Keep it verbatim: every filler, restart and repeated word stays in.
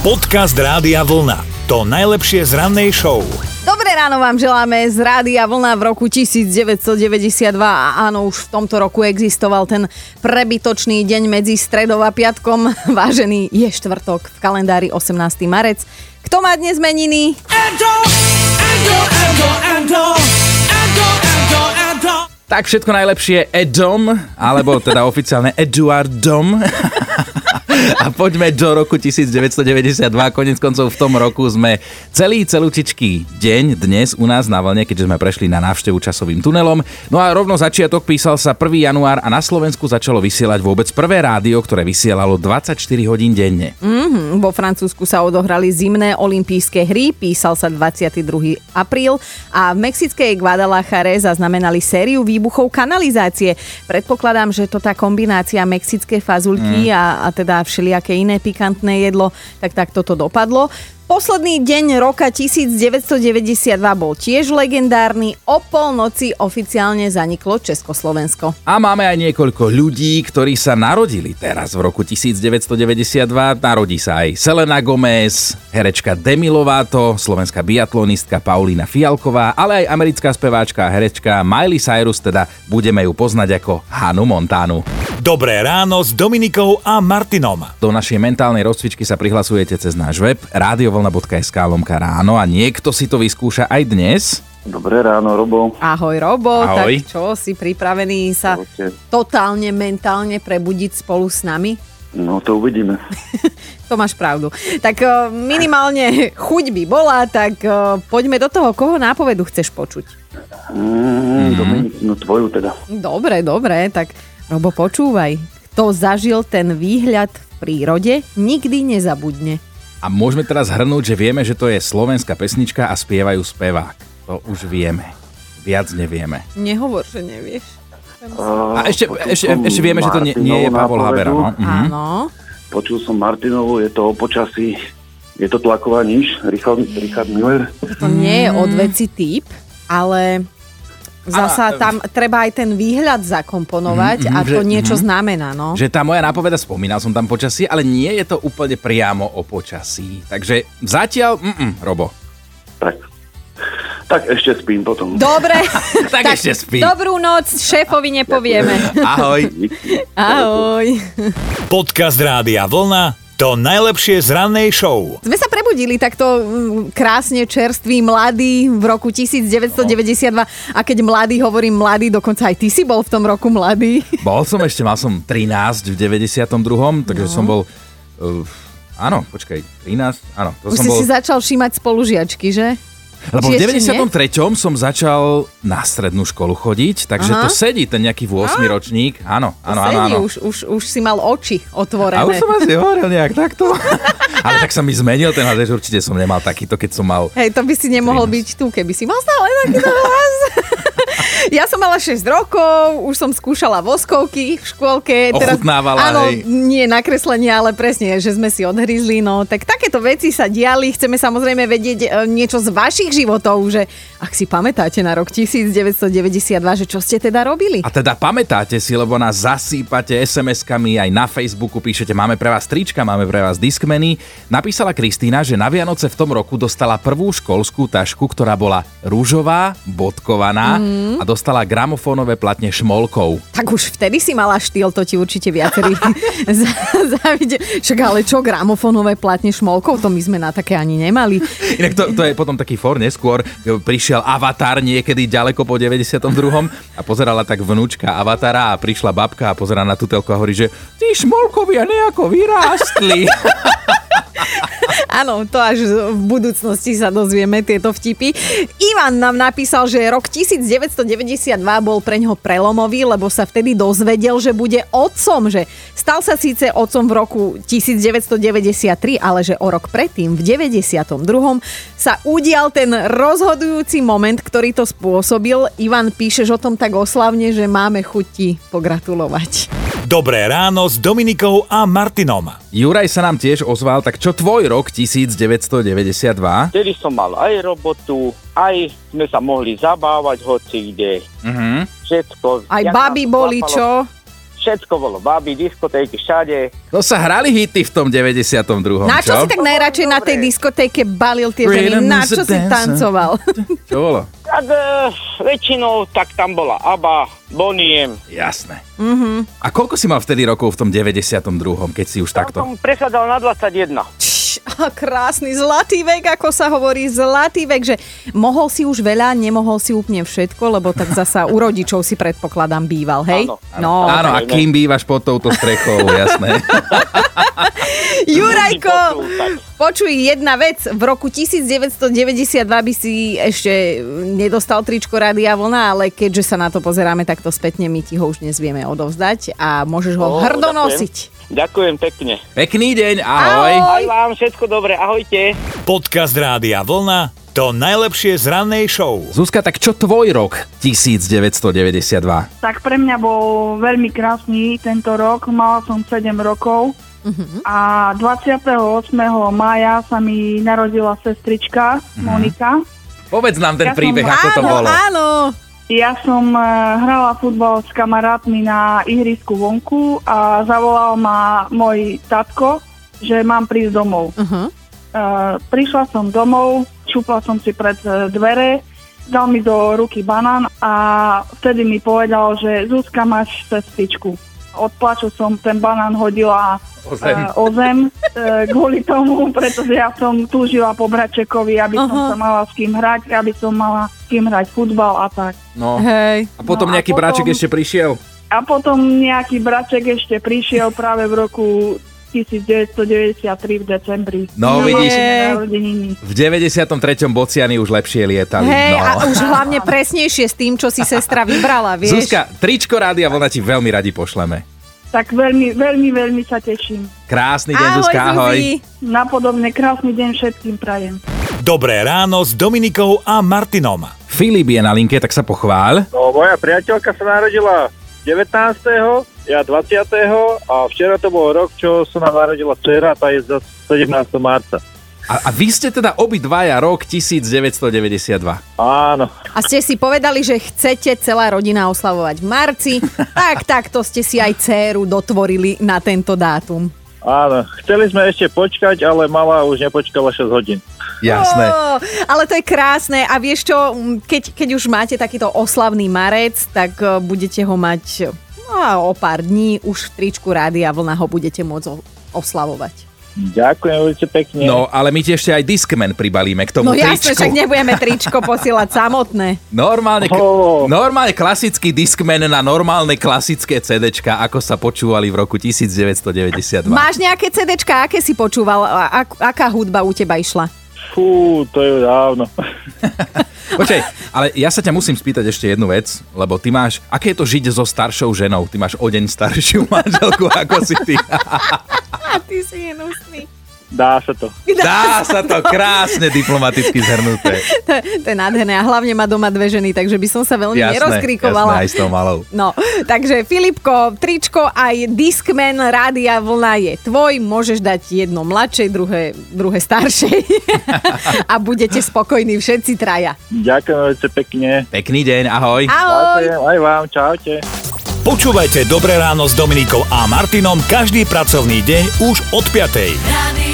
Podcast Rádia Vlna. To najlepšie z rannej show. Dobré ráno vám želáme z Rádia Vlna v roku devätnásťstodeväťdesiatdva a áno, už v tomto roku existoval ten prebytočný deň medzi stredou a piatkom. Vážený, je štvrtok, v kalendári osemnásteho marec. Kto má dnes meniny? Endo, endo, endo, endo, endo, endo, endo. Tak všetko najlepšie Edom, alebo teda oficiálne Eduardom. A poďme do roku devätnásťstodeväťdesiatdva. Koniec koncov v tom roku sme celý celúčičký deň dnes u nás na Vlne, keďže sme prešli na návštevu časovým tunelom. No a rovno začiatok, písal sa prvého januára a na Slovensku začalo vysielať vôbec prvé rádio, ktoré vysielalo dvadsaťštyri hodín denne. Mm-hmm, vo Francúzsku sa odohrali zimné olympijské hry, písal sa dvadsiateho druhého apríla a v mexickej Guadalajare zaznamenali sériu výbuchov kanalizácie. Predpokladám, že to tá kombinácia mexické fazulky mm. a, a teda všelijaké iné pikantné jedlo, tak tak toto dopadlo. Posledný deň roka devätnásťstodeväťdesiatdva bol tiež legendárny. O polnoci oficiálne zaniklo Československo. A máme aj niekoľko ľudí, ktorí sa narodili teraz v roku devätnásťstodeväťdesiatdva. Narodí sa aj Selena Gomez, herečka Demi Lovato, slovenská biatlonistka Paulína Fialková, ale aj americká speváčka a herečka Miley Cyrus, teda budeme ju poznať ako Hanu Montanu. Dobré ráno s Dominikou a Martinom. Do našej mentálnej rozcvičky sa prihlasujete cez náš web radiovlna bodka es ká lomka ráno a niekto si to vyskúša aj dnes. Dobré ráno, Robo. Ahoj, Robo. Ahoj. Tak čo, si pripravený sa Ahojte. totálne mentálne prebudiť spolu s nami? No to uvidíme. To máš pravdu. Tak minimálne chuť by bola, tak poďme do toho, koho nápovedu chceš počuť. Mm, Dominik, no tvoju teda. Dobre, dobre, tak Robo, počúvaj. Kto zažil ten výhľad v prírode, nikdy nezabudne. A môžeme teraz hrnúť, že vieme, že to je slovenská pesnička a spievajú spevák. To už vieme. Viac nevieme. Nehovor, že nevieš. Uh, A ešte, ešte, ešte vieme, že to nie, nie je Pavol Habera. No? Mhm. Áno. Počul som Martinovu, je to o počasí. Je to tlaková níž, Richard, Richard Miller. To nie je odveci typ, ale zasa tam treba aj ten výhľad zakomponovať mm, mm, a to že, niečo mm, znamená, no. Že tá moja nápoveda, spomínal som tam počasí, ale nie je to úplne priamo o počasí. Takže zatiaľ, mm, Robo. Tak. tak ešte spím potom. Dobre. tak, tak ešte spím. Dobrú noc, šéfovi nepovieme. Ahoj. Ahoj. Podcast Rádia Vlna. To najlepšie z rannej show. Sme sa prebudili takto krásne čerství, mladí v roku devätnásťstodeväťdesiatdva a keď mladý, hovorím mladý, dokonca aj ty si bol v tom roku mladý. Bol som ešte, mal som trinásť v deväťdesiatom druhom, takže no. som bol... Uh, áno, počkaj, trinásť, áno. To Už som si bol... si začal všímať spolužiačky, že? Lebo v deväťdesiatom treťom som začal na strednú školu chodiť, takže Aha. to sedí, ten nejaký ôsmy ročník. Áno, áno, áno, áno. Už, už, už si mal oči otvorené. A už som asi hovoril nejak takto. Ale tak sa mi zmenil ten hlas, určite som nemal takýto, keď som mal... Hej, to by si nemohol trinásť byť tu, keby si mal stále takýto hlas. Ja som mala šesť rokov, už som skúšala voskovky v škôlke. Ochutnávala, áno, hej. Nie nakreslenie, ale presne, že sme si odhryzli. No, tak takéto veci sa diali. Chceme samozrejme vedieť niečo z vašich životov, že ak si pamätáte na rok devätnásťstodeväťdesiatdva, že čo ste teda robili? A teda pamätáte si, lebo nás zasýpate es em eskami, aj na Facebooku píšete, máme pre vás trička, máme pre vás diskmeny. Napísala Kristína, že na Vianoce v tom roku dostala prvú školskú tašku, ktorá bola ružová, bodkovaná mm. a dostala gramofónové platne Šmolkov. Tak už vtedy si mala štýl, to ti určite viacerí závideli. Však ale čo, gramofónové platne Šmolkov, to my sme na také ani nemali. Inak to, to je potom taký for neskôr, prišiel Avatar niekedy ďaleko po deväťdesiatom druhom a pozerala tak vnúčka Avatara a prišla babka a pozerá na tú telku a hovorí, že tí Šmolkovia nejako vyrástli. Áno, to až v budúcnosti sa dozvieme tieto vtipy. Ivan nám napísal, že rok devätnásťstodeväťdesiatdva bol preňho prelomový, lebo sa vtedy dozvedel, že bude otcom, že stal sa síce otcom v roku devätnásťstodeväťdesiattri, ale že o rok predtým, v deväťdesiatom druhom sa udial ten rozhodujúci moment, ktorý to spôsobil. Ivan, píšeš o tom tak oslavne, že máme chuť ti pogratulovať. Dobré ráno s Dominikou a Martinom. Juraj sa nám tiež ozval, tak čo tvoj rok devätnásťstodeväťdesiatdva? Vtedy som mal aj robotu, aj sme sa mohli zabávať hoci kde. Uh-huh. Všetko. Aj Jak baby boli, klapalo, čo? všetko bolo. Baby, diskotéky, všade. To sa hrali hity v tom deväťdesiatom druhom, Na čo čo? si tak najradšej na tej diskotéke balil tie ženy? Freedom Na is a čo si dancer. tancoval? Čo bolo? Tak e, väčšinou tak tam bola ABBA, Bonnie M. Jasné. Mm-hmm. A koľko si mal vtedy rokov v tom deväťdesiatom druhom, keď si už Ja takto? som presadal na dvadsaťjeden. Čš, a krásny zlatý vek, ako sa hovorí, zlatý vek, že mohol si už veľa, nemohol si úplne všetko, lebo tak zasa u rodičov si predpokladám býval, hej? Áno. No, Áno, a kým bývaš pod touto strechou, jasné. Jurajko, počuj, jedna vec, v roku devätnásťstodeväťdesiatdva by si ešte nedostal tričko Rádia Vlna, ale keďže sa na to pozeráme takto spätne, my ti ho už dnes vieme odovzdať a môžeš ho Ó, hrdo ďakujem. nosiť. Ďakujem pekne. Pekný deň, ahoj. Aj vám všetko dobré, ahojte. Podcast Rádia Vlna, to najlepšie z rannej show. Zuzka, tak čo tvoj rok devätnásťstodeväťdesiatdva? Tak pre mňa bol veľmi krásny tento rok. Mala som sedem rokov uh-huh. a dvadsiateho ôsmeho mája sa mi narodila sestrička uh-huh. Monika. Povedz nám ten Ja som- príbeh, ako to áno, bolo. áno. Ja som eh, hrala futbal s kamarátmi na ihrisku vonku a zavolal ma môj tatko, že mám prísť domov. Uh-huh. Uh, prišla som domov, šupla som si pred eh, dvere, dal mi do ruky banán a vtedy mi povedal, že Zuzka, máš sestričku. Od plaču som ten banán hodila O zem. eh, o zem eh, kvôli tomu, pretože ja som túžila po bračekovi, aby som Aha. sa mala s kým hrať, aby som mala s kým hrať futbal a tak. No. Hej. A potom No a nejaký potom- bráček ešte prišiel? A potom nejaký braček ešte prišiel práve v roku devätnásťstodeväťdesiattri v decembri. No, vidíš. Narodeniny. V deväťdesiatom treťom bociany už lepšie lietali. Hej, no. a už hlavne presnejšie s tým, čo si sestra vybrala, vieš? Zuzka, tričko Rádia Vlna ti veľmi radi pošleme. Tak veľmi, veľmi, veľmi sa teším. Krásny deň, Ahoj, Zuzka, ahoj. Zuzi. Napodobne krásny deň všetkým prajem. Dobré ráno s Dominikou a Martinom. Filip je na linke, tak sa pochváľ. No, moja priateľka sa narodila devätnásteho, ja dvadsiateho a včera to bol rok, čo sa nám narodila dcera, tá je za sedemnásteho marca. A, a vy ste teda obidvaja rok devätnásťstodeväťdesiatdva. Áno, A ste si povedali, že chcete celá rodina oslavovať v marci, tak takto ste si aj dcéru dotvorili na tento dátum. áno. Chceli sme ešte počkať, ale malá už nepočkala šesť hodín. Jasné. Ó, ale to je krásne a vieš čo, keď, keď už máte takýto oslavný marec, tak eh, budete ho mať no, o pár dní, už v tričku Rádia Vlna ho budete môcť o- oslavovať. Ďakujem veľmi pekne. No, ale my ti ešte aj Discman pribalíme k tomu No jasne, tričku. však nebudeme tričko posielať samotné. Normálne, Oh. normálne klasický Discman na normálne klasické CDčka, ako sa počúvali v roku devätnásťstodeväťdesiatdva. Máš nejaké CDčka, aké si počúval? A, ak, aká hudba u teba išla? Fú, to je dávno. Počkaj, ale ja sa ťa musím spýtať ešte jednu vec, lebo ty máš, aké je to žiť so staršou ženou? Ty máš o deň staršiu manželku, ako si ty. A ty si hnusný. Dá sa to. Dá sa to krásne diplomaticky zhrnuté. To, to je nádherné a hlavne má doma dve ženy, takže by som sa veľmi nerozkrikovala. jasné, aj s tou malou. No, takže Filipko, tričko aj Discman Rádia Vlna je tvoj, môžeš dať jedno mladšej, druhé, druhé staršej a budete spokojní všetci traja. Ďakujem veľmi pekne. Pekný deň, ahoj. Ahoj! Ďakujem aj vám, čaute. Počúvajte Dobré ráno s Dominikou a Martinom každý pracovný deň už od piatej. Radio